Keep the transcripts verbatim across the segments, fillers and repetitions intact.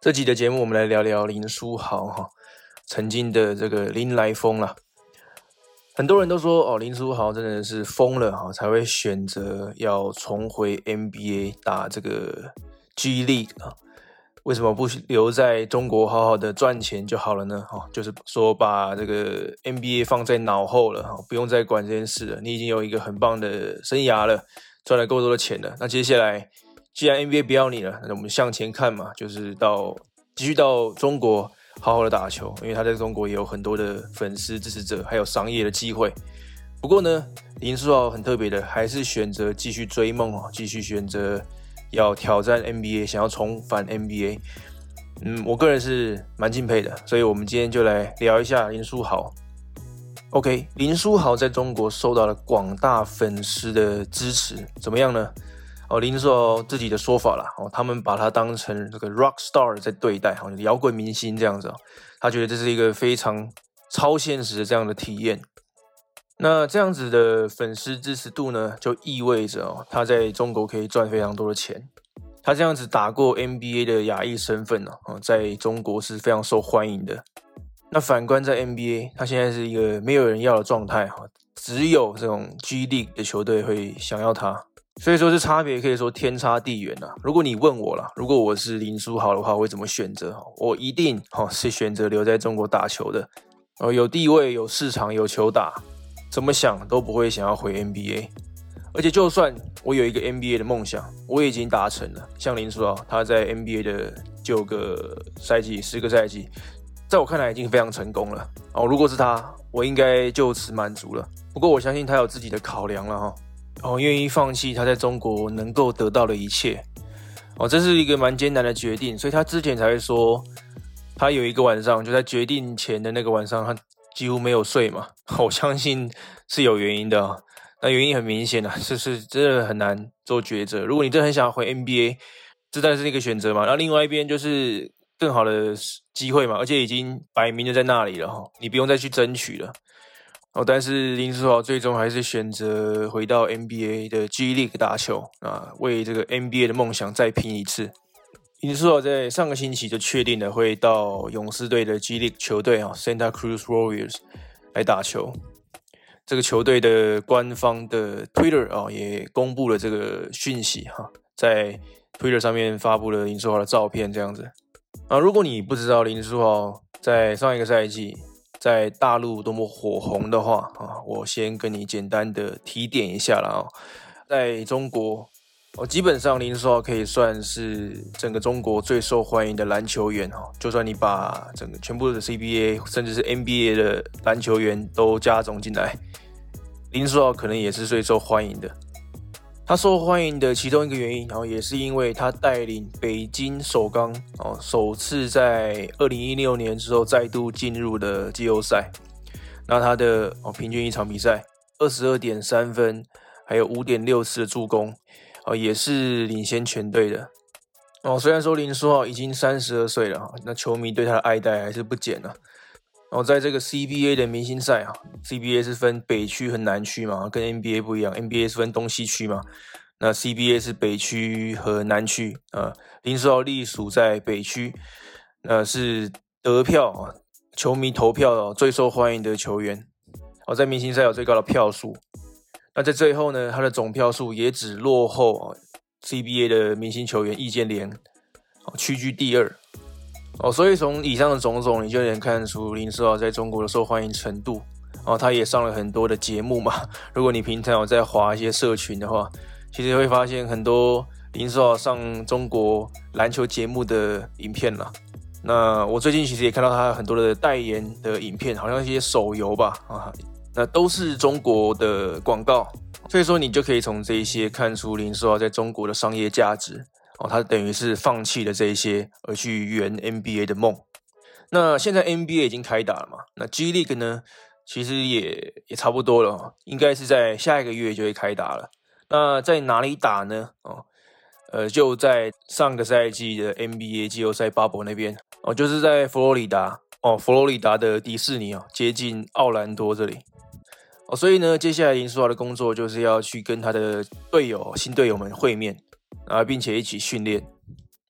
这集的节目，我们来聊聊林书豪哈，曾经的这个林来疯啦。很多人都说哦，林书豪真的是疯了哈，才会选择要重回 N B A 打这个 G League 啊。为什么不留在中国好好的赚钱就好了呢？哦，就是说把这个 N B A 放在脑后了，不用再管这件事了。你已经有一个很棒的生涯了，赚了够多的钱了。那接下来，既然 N B A 不要你了，那我们向前看嘛，就是到继续到中国好好的打球，因为他在中国也有很多的粉丝支持者，还有商业的机会。不过呢，林书豪很特别的，还是选择继续追梦哦，继续选择要挑战 N B A， 想要重返 N B A。嗯，我个人是蛮敬佩的，所以我们今天就来聊一下林书豪。OK， 林书豪在中国受到了广大粉丝的支持，怎么样呢？哦，林书豪自己的说法啦，哦，他们把他当成这个 rock star 在对待，哦，摇滚明星这样子哦，他觉得这是一个非常超现实的这样的体验。那这样子的粉丝支持度呢，就意味着哦，他在中国可以赚非常多的钱。他这样子打过 N B A 的亚裔身份哦，在中国是非常受欢迎的。那反观在 N B A， 他现在是一个没有人要的状态，只有这种 G League 的球队会想要他。所以说这差别可以说天差地远啊。如果你问我啦，如果我是林书豪的话，我会怎么选择？我一定哦是选择留在中国打球的。哦，有地位、有市场、有球打，怎么想都不会想要回 N B A。而且就算我有一个 N B A 的梦想，我也已经达成了。像林书豪，他在 N B A 的九个赛季、十个赛季，在我看来已经非常成功了。哦，如果是他，我应该就此满足了。不过我相信他有自己的考量了哈。哦，愿意放弃他在中国能够得到的一切，哦，这是一个蛮艰难的决定，所以他之前才会说，他有一个晚上就在决定前的那个晚上，他几乎没有睡嘛。我相信是有原因的哦，那原因很明显啊，就是真的很难做抉择。如果你真的很想回 N B A， 这当然是一个选择嘛。然后另外一边就是更好的机会嘛，而且已经摆明的在那里了，你不用再去争取了。哦，但是林书豪最终还是选择回到 N B A 的 G League 打球啊，为这个 N B A 的梦想再拼一次。林书豪在上个星期就确定了会到勇士队的 G League 球队啊 Santa Cruz Warriors 来打球。这个球队的官方的 Twitter 啊也公布了这个讯息哈，在 Twitter 上面发布了林书豪的照片这样子。啊，如果你不知道林书豪在上一个赛季在大陆多么火红的话啊，我先跟你简单的提点一下啦哦。在中国，哦，基本上林书豪可以算是整个中国最受欢迎的篮球员哦。就算你把整个全部的 C B A 甚至是 N B A 的篮球员都加总进来，林书豪可能也是最受欢迎的。他受欢迎的其中一个原因，然后也是因为他带领北京首钢哦，首次在二零一六年之后再度进入了季后赛。那他的哦平均一场比赛 二十二点三 分，还有 五点六 次的助攻，哦也是领先全队的。哦，虽然说林书豪已经三十二岁了，那球迷对他的爱戴还是不减啊。然后在这个 C B A 的明星赛啊 ，C B A 是分北区和南区嘛，跟 N B A 不一样 ，N B A 是分东西区嘛，那 C B A 是北区和南区啊。林书豪隶属在北区，呃是得票啊，球迷投票哦最受欢迎的球员，哦在明星赛有最高的票数。那在最后呢，他的总票数也只落后 C B A 的明星球员易建联，屈居第二。哦，所以从以上的种种，你就能看出林书豪在中国的受欢迎程度。哦，他也上了很多的节目嘛。如果你平常有在滑一些社群的话，其实会发现很多林书豪上中国篮球节目的影片啦。那我最近其实也看到他很多的代言的影片，好像一些手游吧，啊，那都是中国的广告。所以说，你就可以从这一些看出林书豪在中国的商业价值。哦，他等于是放弃了这一些，而去圆 N B A 的梦。那现在 N B A 已经开打了嘛？那 G League 呢，其实也也差不多了，应该是在下一个月就会开打了。那在哪里打呢？哦，呃，就在上个赛季的 N B A 季后赛 Bubble 那边，哦，就是在佛罗里达，哦，佛罗里达的迪士尼哦，接近奥兰多这里。哦，所以呢，接下来林书豪的工作就是要去跟他的队友、新队友们会面。啊，并且一起训练。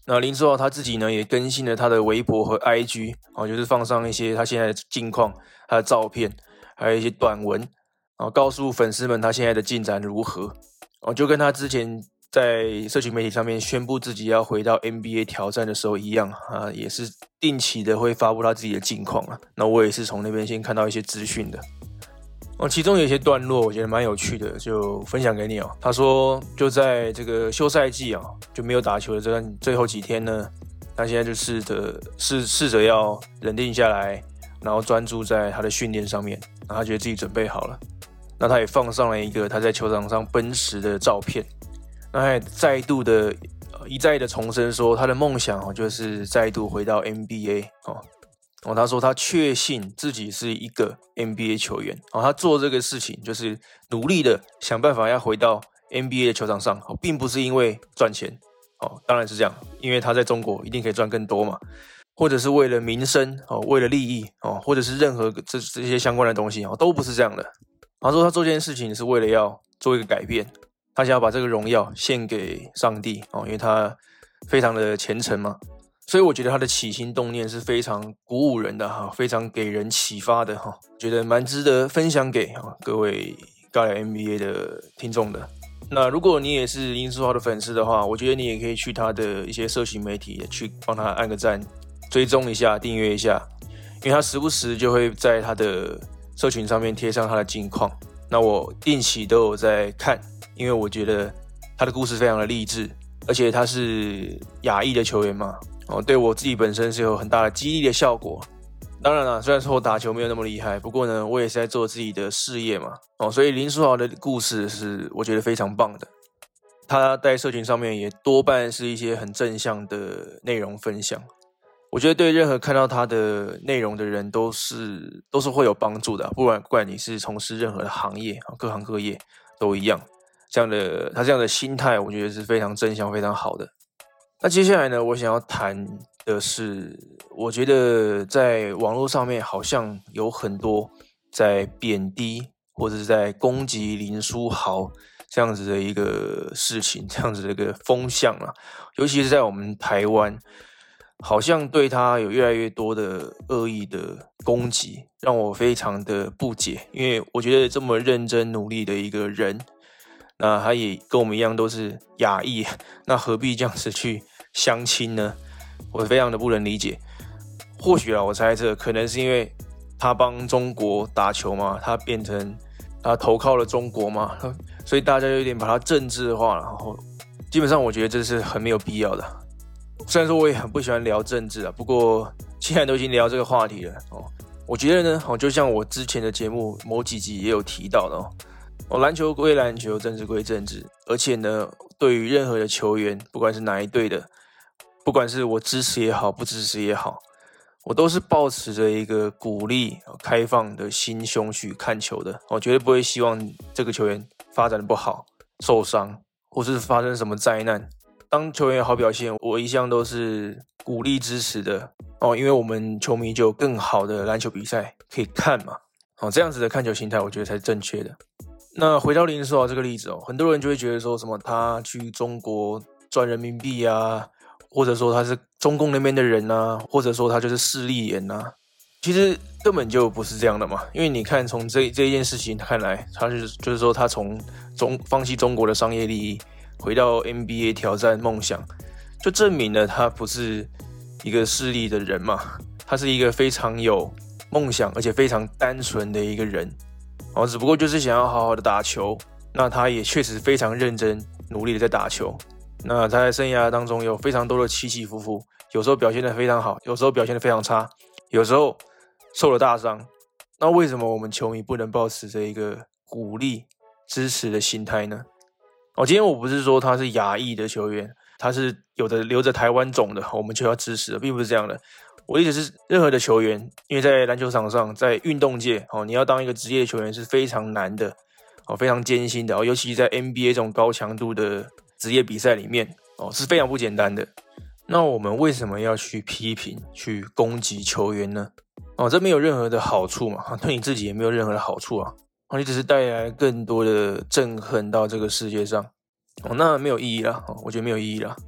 那林书豪他自己呢也更新了他的微博和 I G 哦，就是放上一些他现在的近况、他的照片，还有一些短文哦，告诉粉丝们他现在的进展如何哦，就跟他之前在社群媒体上面宣布自己要回到 N B A 挑战的时候一样啊，也是定期的会发布他自己的近况啊。那我也是从那边先看到一些资讯的。哦，其中有一些段落我觉得蛮有趣的，就分享给你哦。他说，就在这个休赛季啊，就没有打球的这段最后几天呢，他现在就试着试试着要冷静下来，然后专注在他的训练上面。然后他觉得自己准备好了，那他也放上了一个他在球场上奔驰的照片。那他也再度的一再的重申说，他的梦想哦就是再度回到 N B A 哦。哦，他说他确信自己是一个 N B A 球员。哦，他做这个事情就是努力的想办法要回到 N B A 的球场上，哦，并不是因为赚钱。哦，当然是这样，因为他在中国一定可以赚更多嘛，或者是为了民生，哦，为了利益，哦，或者是任何这这些相关的东西，哦，都不是这样的。他说他做这件事情是为了要做一个改变，他想要把这个荣耀献给上帝，哦，因为他非常的虔诚嘛。所以我觉得他的起心动念是非常鼓舞人的哈，非常给人启发的哈，觉得蛮值得分享给各位尬聊 N B A 的听众的。那如果你也是林书豪的粉丝的话，我觉得你也可以去他的一些社群媒体去帮他按个赞，追踪一下，订阅一下，因为他时不时就会在他的社群上面贴上他的近况。那我定期都有在看，因为我觉得他的故事非常的励志，而且他是亚裔的球员嘛。哦，对我自己本身是有很大的激励的效果。当然啦，虽然说我打球没有那么厉害，不过呢，我也是在做自己的事业嘛。哦，所以林书豪的故事是我觉得非常棒的。他在社群上面也多半是一些很正向的内容分享。我觉得对任何看到他的内容的人都是都是会有帮助的，不管不管你是从事任何的行业，各行各业都一样。这样的他这样的心态，我觉得是非常正向、非常好的。那接下来呢，我想要谈的是，我觉得在网络上面好像有很多在贬低或者是在攻击林书豪这样子的一个事情，这样子的一个风向啊，尤其是在我们台湾，好像对他有越来越多的恶意的攻击，让我非常的不解。因为我觉得这么认真努力的一个人，那他也跟我们一样都是亚裔，那何必这样子去相亲呢？我非常的不能理解。或许啊，我猜测可能是因为他帮中国打球嘛，他变成他投靠了中国嘛，所以大家有点把他政治化了。然后基本上我觉得这是很没有必要的。虽然说我也很不喜欢聊政治啊，不过既然都已经聊这个话题了哦，我觉得呢，哦，就像我之前的节目某几集也有提到的哦。哦，篮球归篮球，政治归政治，而且呢，对于任何的球员，不管是哪一队的，不管是我支持也好，不支持也好，我都是抱持着一个鼓励、开放的心胸去看球的。我绝对不会希望这个球员发展的不好、受伤，或是发生什么灾难。当球员有好表现，我一向都是鼓励支持的哦，因为我们球迷就有更好的篮球比赛可以看嘛。哦，这样子的看球心态，我觉得才是正确的。那回到林书豪这个例子哦，很多人就会觉得说什么他去中国赚人民币啊，或者说他是中共那边的人啊，或者说他就是势利眼啊，其实根本就不是这样的嘛。因为你看从这这一件事情看来，他是就是说他从中放弃中国的商业利益，回到 N B A 挑战梦想，就证明了他不是一个势利的人嘛，他是一个非常有梦想而且非常单纯的一个人。哦，只不过就是想要好好的打球，那他也确实非常认真努力的在打球。那他在生涯当中有非常多的起起伏伏，有时候表现得非常好，有时候表现得非常差，有时候受了大伤。那为什么我们球迷不能抱持着一个鼓励、支持的心态呢？哦，今天我不是说他是亚裔的球员，他是有着留着台湾种的，我们就要支持的，并不是这样的。我的意思是，任何的球员，因为在篮球场上，在运动界，哦，你要当一个职业球员是非常难的，哦，非常艰辛的，哦，尤其在 N B A 这种高强度的职业比赛里面，哦，是非常不简单的。那我们为什么要去批评、去攻击球员呢？哦，这没有任何的好处嘛，对你自己也没有任何的好处啊，哦，你只是带来更多的憎恨到这个世界上，哦，那没有意义啦，哦，我觉得没有意义啦。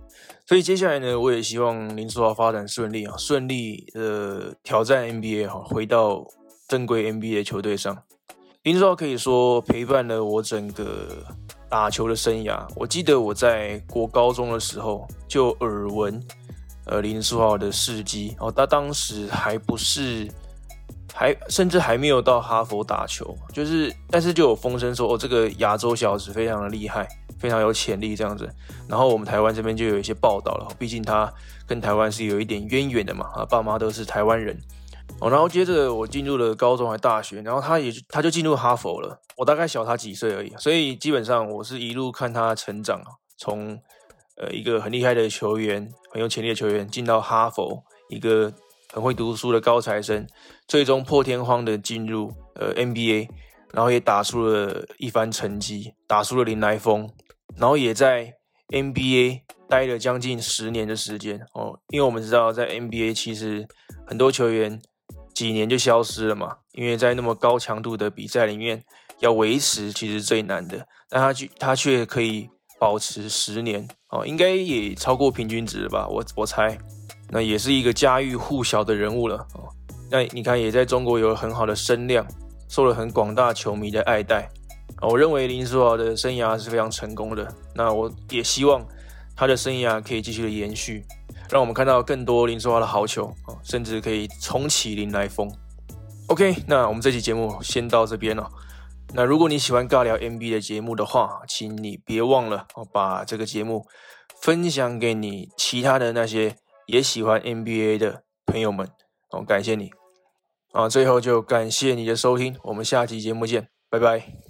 所以接下来呢，我也希望林书豪发展顺利啊，顺利的挑战 N B A 哈，回到正规 N B A 的球队上。林书豪可以说陪伴了我整个打球的生涯。我记得我在国高中的时候就耳闻，呃，林书豪的事迹哦，他当时还不是，还甚至还没有到哈佛打球，就是但是就有风声说，哦，这个亚洲小子非常的厉害，非常有潜力这样子。然后我们台湾这边就有一些报道了，毕竟他跟台湾是有一点渊源的嘛，他爸妈都是台湾人。哦，然后接着我进入了高中还大学，然后他也他就进入哈佛了，我大概小他几岁而已，所以基本上我是一路看他成长，从呃一个很厉害的球员，很有潜力的球员，进到哈佛，一个很会读书的高材生，最终破天荒的进入呃 N B A， 然后也打出了一番成绩，打出了林来疯，然后也在 N B A 待了将近十年的时间哦，因为我们知道在 N B A 其实很多球员几年就消失了嘛，因为在那么高强度的比赛里面，要维持其实最难的，但他他却可以保持十年哦，应该也超过平均值了吧？我我猜，那也是一个家喻户晓的人物了哦。那你看，也在中国有很好的声量，受了很广大球迷的爱戴。我认为林书豪的生涯是非常成功的，那我也希望他的生涯可以继续的延续。让我们看到更多林书豪的好球，甚至可以重启林来疯。OK， 那我们这期节目先到这边了。那如果你喜欢尬聊 N B A 的节目的话，请你别忘了把这个节目分享给你其他的那些也喜欢 N B A 的朋友们。感谢你。最后就感谢你的收听，我们下期节目见，拜拜。